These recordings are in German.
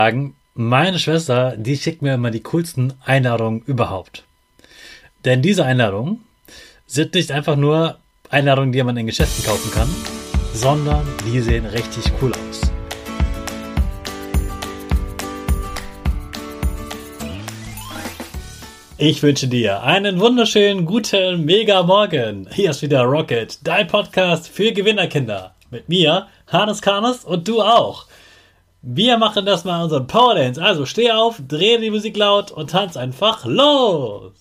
sagen, meine Schwester, die schickt mir immer die coolsten Einladungen überhaupt. Denn diese Einladungen sind nicht einfach nur Einladungen, die man in Geschäften kaufen kann, sondern die sehen richtig cool aus. Ich wünsche dir einen wunderschönen, guten, mega Morgen. Hier ist wieder Rocket, dein Podcast für Gewinnerkinder. Mit mir, Hannes Karnes und du auch. Wir machen das mal unseren Power Dance. Also steh auf, dreh die Musik laut und tanz einfach los.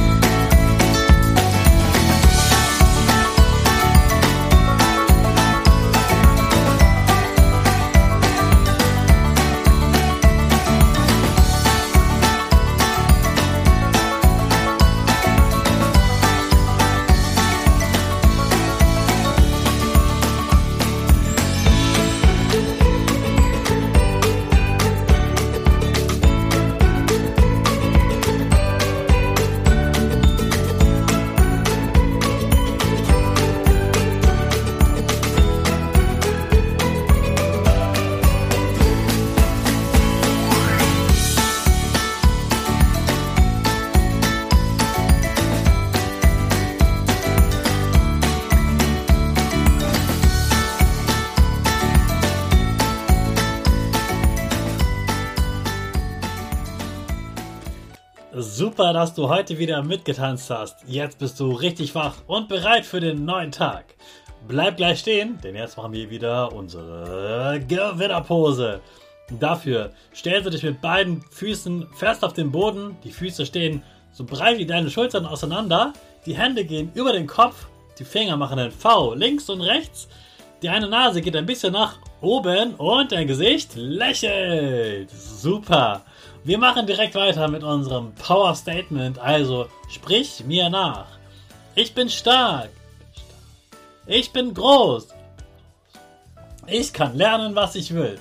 Super, dass du heute wieder mitgetanzt hast. Jetzt bist du richtig wach und bereit für den neuen Tag. Bleib gleich stehen, denn jetzt machen wir wieder unsere Gewinnerpose. Dafür stellst du dich mit beiden Füßen fest auf den Boden. Die Füße stehen so breit wie deine Schultern auseinander. Die Hände gehen über den Kopf. Die Finger machen ein V links und rechts. Die eine Nase geht ein bisschen nach oben und dein Gesicht lächelt. Super. Wir machen direkt weiter mit unserem Power Statement. Also sprich mir nach. Ich bin stark. Ich bin groß. Ich kann lernen, was ich will.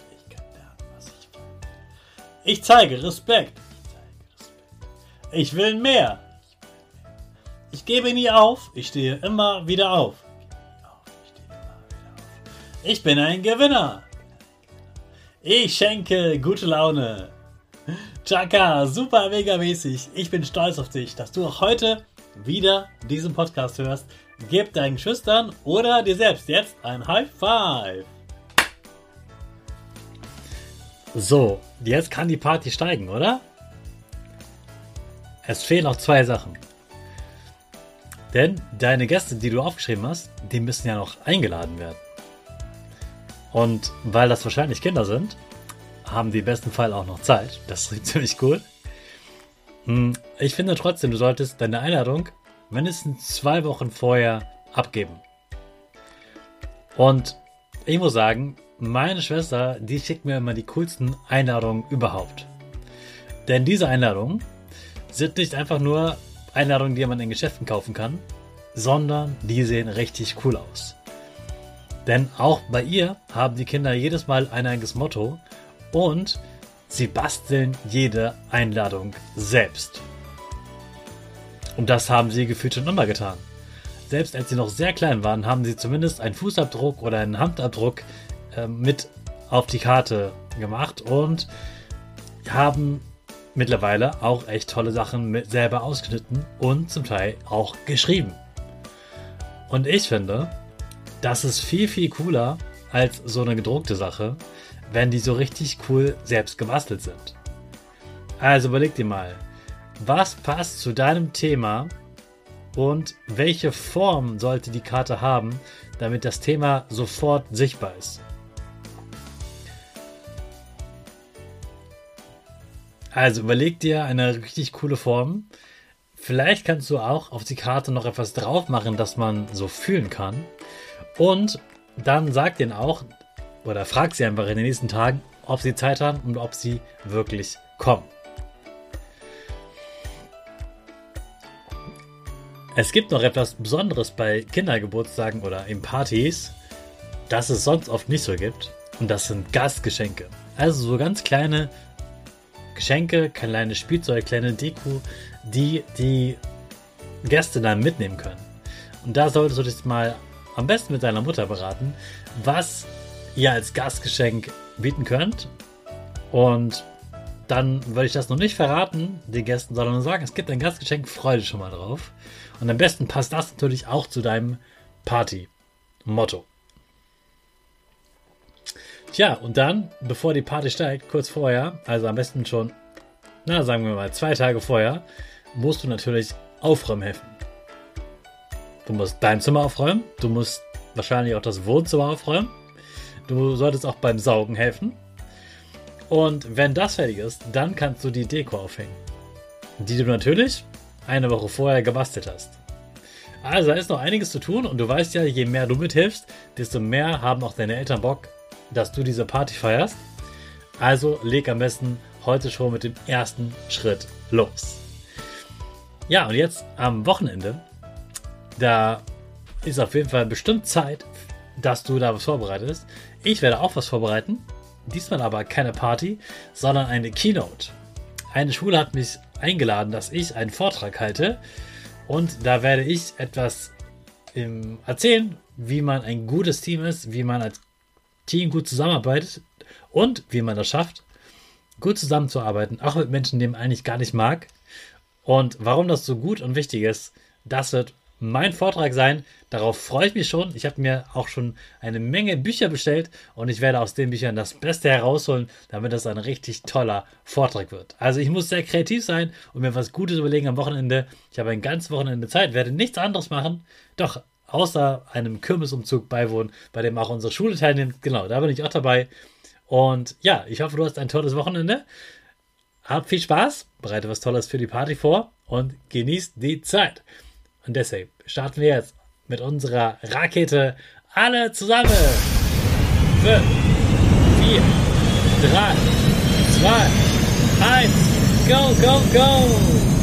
Ich zeige Respekt. Ich will mehr. Ich gebe nie auf. Ich stehe immer wieder auf. Ich bin ein Gewinner. Ich schenke gute Laune. Chaka, super mega mäßig. Ich bin stolz auf dich, dass du auch heute wieder diesen Podcast hörst. Gib deinen Geschwistern oder dir selbst jetzt ein High Five. So, jetzt kann die Party steigen, oder? Es fehlen noch 2 Sachen. Denn deine Gäste, die du aufgeschrieben hast, die müssen ja noch eingeladen werden. Und weil das wahrscheinlich Kinder sind, haben die im besten Fall auch noch Zeit. Das ist ziemlich cool. Ich finde trotzdem, du solltest deine Einladung mindestens 2 Wochen vorher abgeben. Und ich muss sagen, meine Schwester, die schickt mir immer die coolsten Einladungen überhaupt. Denn diese Einladungen sind nicht einfach nur Einladungen, die man in Geschäften kaufen kann, sondern die sehen richtig cool aus. Denn auch bei ihr haben die Kinder jedes Mal ein eigenes Motto und sie basteln jede Einladung selbst. Und das haben sie gefühlt schon immer getan. Selbst als sie noch sehr klein waren, haben sie zumindest einen Fußabdruck oder einen Handabdruck mit auf die Karte gemacht und haben mittlerweile auch echt tolle Sachen selber ausgeschnitten und zum Teil auch geschrieben. Und ich finde, das ist viel, viel cooler als so eine gedruckte Sache, wenn die so richtig cool selbst gebastelt sind. Also überleg dir mal, was passt zu deinem Thema und welche Form sollte die Karte haben, damit das Thema sofort sichtbar ist. Also überleg dir eine richtig coole Form. Vielleicht kannst du auch auf die Karte noch etwas drauf machen, das man so fühlen kann. Und dann sag denen auch, oder frag sie einfach in den nächsten Tagen, ob sie Zeit haben und ob sie wirklich kommen. Es gibt noch etwas Besonderes bei Kindergeburtstagen oder in Partys, das es sonst oft nicht so gibt. Und das sind Gastgeschenke. Also so ganz kleine Geschenke, kleine Spielzeug, kleine Deko, die die Gäste dann mitnehmen können. Und da solltest du dich mal am besten mit deiner Mutter beraten, was ihr als Gastgeschenk bieten könnt Und dann würde ich das noch nicht verraten, den Gästen, sondern nur sagen, es gibt ein Gastgeschenk, freue dich schon mal drauf. Und am besten passt das natürlich auch zu deinem Party-Motto. Tja, und dann, bevor die Party steigt, kurz vorher, also am besten schon, sagen wir mal 2 Tage vorher, musst du natürlich aufräumen helfen. Du musst dein Zimmer aufräumen, du musst wahrscheinlich auch das Wohnzimmer aufräumen, du solltest auch beim Saugen helfen. Und wenn das fertig ist, dann kannst du die Deko aufhängen, die du natürlich eine Woche vorher gebastelt hast. Also da ist noch einiges zu tun und du weißt ja, je mehr du mithilfst, desto mehr haben auch deine Eltern Bock, dass du diese Party feierst. Also leg am besten heute schon mit dem ersten Schritt los. Ja, und jetzt am Wochenende, da ist auf jeden Fall bestimmt Zeit, dass du da was vorbereitest. Ich werde auch was vorbereiten. Diesmal aber keine Party, sondern eine Keynote. Eine Schule hat mich eingeladen, dass ich einen Vortrag halte. Und da werde ich etwas erzählen, wie man ein gutes Team ist, wie man als Team gut zusammenarbeitet und wie man das schafft, gut zusammenzuarbeiten, auch mit Menschen, die man eigentlich gar nicht mag. Und warum das so gut und wichtig ist, das wird mein Vortrag sein. Darauf freue ich mich schon. Ich habe mir auch schon eine Menge Bücher bestellt und ich werde aus den Büchern das Beste herausholen, damit das ein richtig toller Vortrag wird. Also ich muss sehr kreativ sein und mir was Gutes überlegen am Wochenende. Ich habe ein ganzes Wochenende Zeit, werde nichts anderes machen, doch außer einem Kirmesumzug beiwohnen, bei dem auch unsere Schule teilnimmt. Genau, da bin ich auch dabei. Und ja, ich hoffe, du hast ein tolles Wochenende. Hab viel Spaß, bereite was Tolles für die Party vor und genießt die Zeit. Und deshalb starten wir jetzt mit unserer Rakete alle zusammen. 5, 4, 3, 2, 1, go, go, go!